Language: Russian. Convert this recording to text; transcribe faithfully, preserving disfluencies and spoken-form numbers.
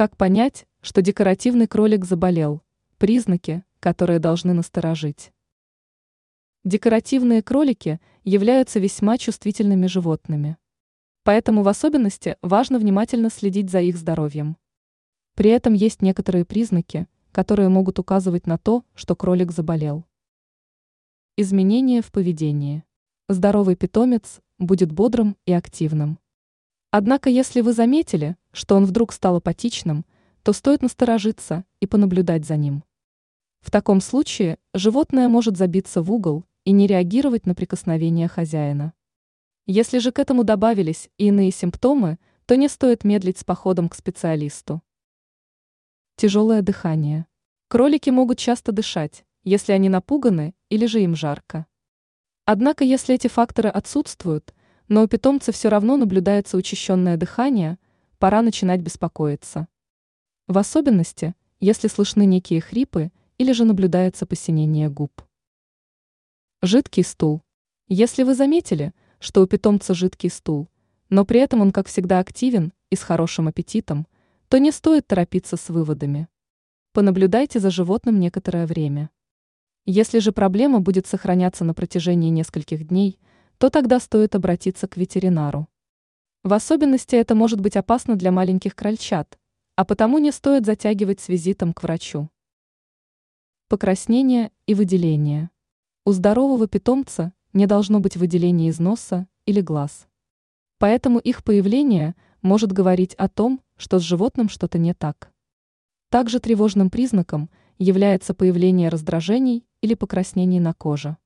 Как понять, что декоративный кролик заболел? Признаки, которые должны насторожить. Декоративные кролики являются весьма чувствительными животными. Поэтому в особенности важно внимательно следить за их здоровьем. При этом есть некоторые признаки, которые могут указывать на то, что кролик заболел. Изменения в поведении. Здоровый питомец будет бодрым и активным. Однако, если вы заметили, что он вдруг стал апатичным, то стоит насторожиться и понаблюдать за ним. В таком случае животное может забиться в угол и не реагировать на прикосновения хозяина. Если же к этому добавились и иные симптомы, то не стоит медлить с походом к специалисту. Тяжелое дыхание. Кролики могут часто дышать, если они напуганы или же им жарко. Однако, если эти факторы отсутствуют, но у питомца все равно наблюдается учащенное дыхание, пора начинать беспокоиться. В особенности, если слышны некие хрипы или же наблюдается посинение губ. Жидкий стул. Если вы заметили, что у питомца жидкий стул, но при этом он, как всегда, активен и с хорошим аппетитом, то не стоит торопиться с выводами. Понаблюдайте за животным некоторое время. Если же проблема будет сохраняться на протяжении нескольких дней, то тогда стоит обратиться к ветеринару. В особенности это может быть опасно для маленьких крольчат, а потому не стоит затягивать с визитом к врачу. Покраснение и выделение. У здорового питомца не должно быть выделений из носа или глаз. Поэтому их появление может говорить о том, что с животным что-то не так. Также тревожным признаком является появление раздражений или покраснений на коже.